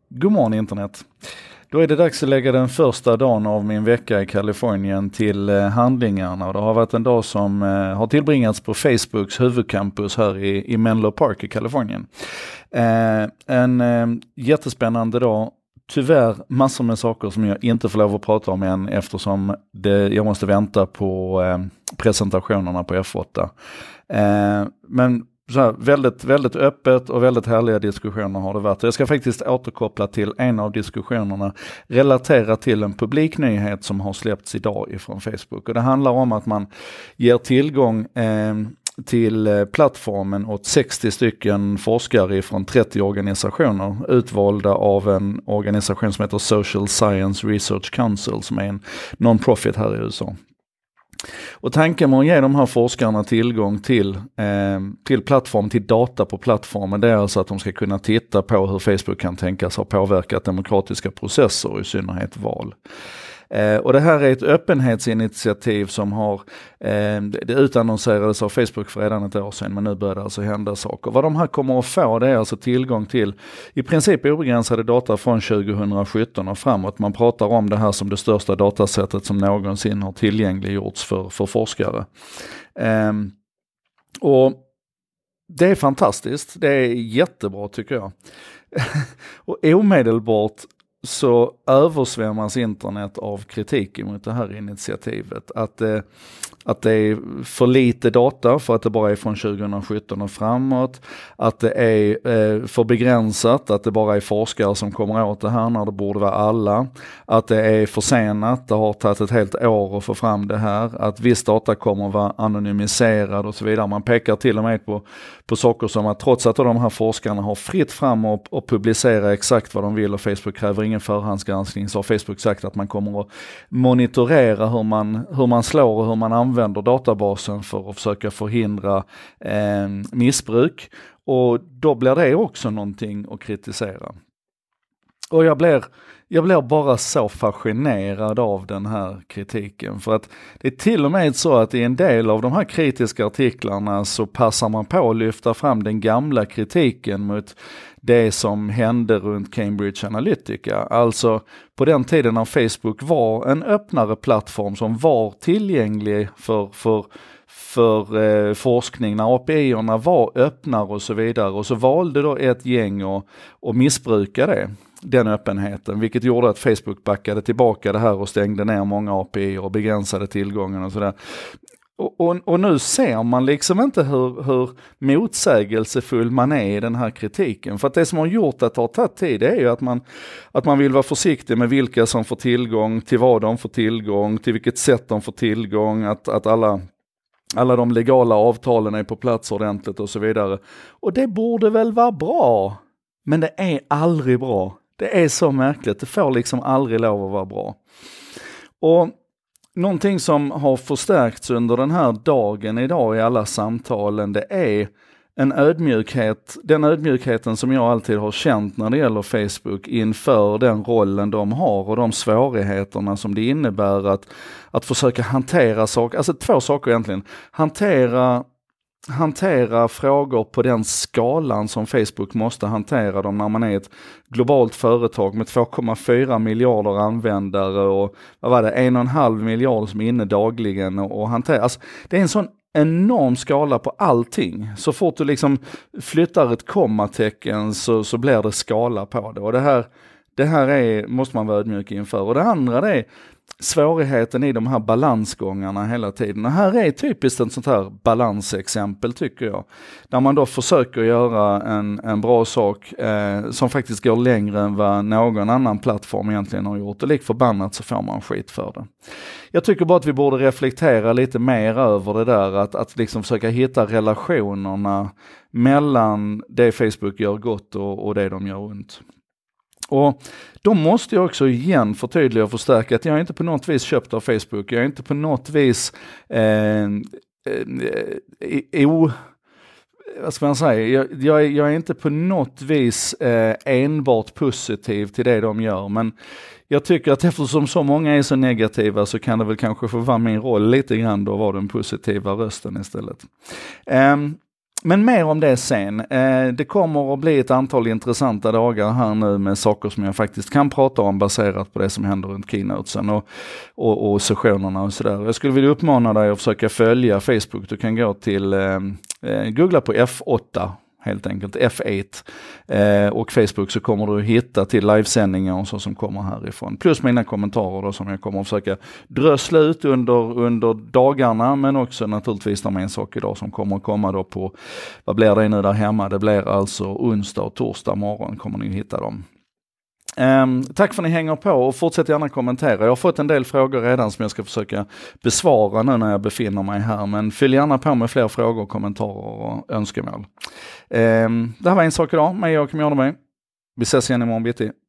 God morgon internet. Då är det dags att lägga den första dagen av min vecka i Kalifornien till handlingarna. Och det har varit en dag som har tillbringats på Facebooks huvudcampus här i Menlo Park i Kalifornien. En jättespännande dag. Tyvärr massor med saker som jag inte får lov att prata om än eftersom jag måste vänta på presentationerna på F8. Men så här, väldigt, väldigt öppet och väldigt härliga diskussioner har det varit. Jag ska faktiskt återkoppla till en av diskussionerna relaterat till en publiknyhet som har släppts idag ifrån Facebook. Och det handlar om att man ger tillgång till plattformen åt 60 stycken forskare från 30 organisationer utvalda av en organisation som heter Social Science Research Council som är en non-profit här i USA. Och tanken med att ge de här forskarna tillgång till plattform, till data på plattformen, det är alltså att de ska kunna titta på hur Facebook kan tänkas ha påverkat demokratiska processer, i synnerhet val. Och det här är ett öppenhetsinitiativ som det utannonserades av Facebook för redan ett år sedan, men nu börjar det alltså hända saker. Vad de här kommer att få, det är alltså tillgång till i princip obegränsade data från 2017 och framåt. Man pratar om det här som det största datasättet som någonsin har tillgängliggjorts för forskare. Och det är fantastiskt, det är jättebra tycker jag. Och omedelbart så översvämmas internet av kritik mot det här initiativet. Att det är för lite data för att det bara är från 2017 och framåt. Att det är för begränsat, att det bara är forskare som kommer åt det här när det borde vara alla. Att det är försenat, det har tagit ett helt år att få fram det här. Att viss data kommer att vara anonymiserad och så vidare. Man pekar till och med på saker som att trots att de här forskarna har fritt fram och publicera exakt vad de vill och Facebook kräver ingen förhandsgranskning, så har Facebook sagt att man kommer att monitorera hur man slår och hur man använder databasen för att försöka förhindra missbruk. Och då blir det också någonting att kritisera. Och jag blir bara så fascinerad av den här kritiken. För att det är till och med så att i en del av de här kritiska artiklarna så passar man på att lyfta fram den gamla kritiken mot det som hände runt Cambridge Analytica. Alltså på den tiden när Facebook var en öppnare plattform som var tillgänglig för forskning, när API-erna var öppnare och så vidare. Och så valde då ett gäng att missbruka den öppenheten, vilket gjorde att Facebook backade tillbaka det här och stängde ner många API och begränsade tillgången och sådär. Och nu ser man liksom inte hur motsägelsefull man är i den här kritiken. För att det som har gjort att det har tagit tid är ju att man vill vara försiktig med vilka som får tillgång, till vad de får tillgång, till vilket sätt de får tillgång, att alla de legala avtalen är på plats ordentligt och så vidare. Och det borde väl vara bra, men det är aldrig bra. Det är så märkligt, det får liksom aldrig lov att vara bra. Och någonting som har förstärkts under den här dagen idag i alla samtalen, det är en ödmjukhet, den ödmjukheten som jag alltid har känt när det gäller Facebook inför den rollen de har och de svårigheterna som det innebär att försöka hantera saker, alltså två saker egentligen, hantera frågor på den skalan som Facebook måste hantera dem när man är ett globalt företag med 2,4 miljarder användare och 1,5 miljard som är inne dagligen och hantera. Alltså, det är en sån enorm skala på allting. Så fort du liksom flyttar ett kommatecken så blir det skala på det. Och det här måste man vara ödmjuk inför. Och det andra det är svårigheten i de här balansgångarna hela tiden. Och här är typiskt ett sånt här balansexempel tycker jag. Där man då försöker göra en bra sak som faktiskt går längre än vad någon annan plattform egentligen har gjort. Och lik förbannat så får man skit för det. Jag tycker bara att vi borde reflektera lite mer över det där. Att liksom försöka hitta relationerna mellan det Facebook gör gott och det de gör ont. Och då måste jag också igen förtydliga och förstärka att jag är inte på något vis köpt av Facebook. Jag är inte på något vis vad ska man säga? Jag är inte på något vis enbart positiv till det de gör. Men jag tycker att eftersom så många är så negativa så kan det väl kanske få vara min roll lite grann då vara den positiva rösten istället. Men mer om det sen. Det kommer att bli ett antal intressanta dagar här nu med saker som jag faktiskt kan prata om baserat på det som händer runt keynotesen och sessionerna och sådär. Jag skulle vilja uppmana dig att försöka följa Facebook. Du kan gå till googla på F8. Helt enkelt F8 och Facebook, så kommer du hitta till livesändningar och så som kommer härifrån. Plus mina kommentarer då, som jag kommer att försöka drösla ut under dagarna, men också naturligtvis de en sak idag som kommer att komma då på, vad blir det nu där hemma? Det blir alltså onsdag och torsdag morgon kommer ni hitta dem. Tack för att ni hänger på och fortsätt gärna kommentera. Jag har fått en del frågor redan som jag ska försöka besvara nu när jag befinner mig här, men fyll gärna på med fler frågor, kommentarer och önskemål. Det här var En sak idag med Joakim Jardenberg. Vi ses igen imorgon bitti.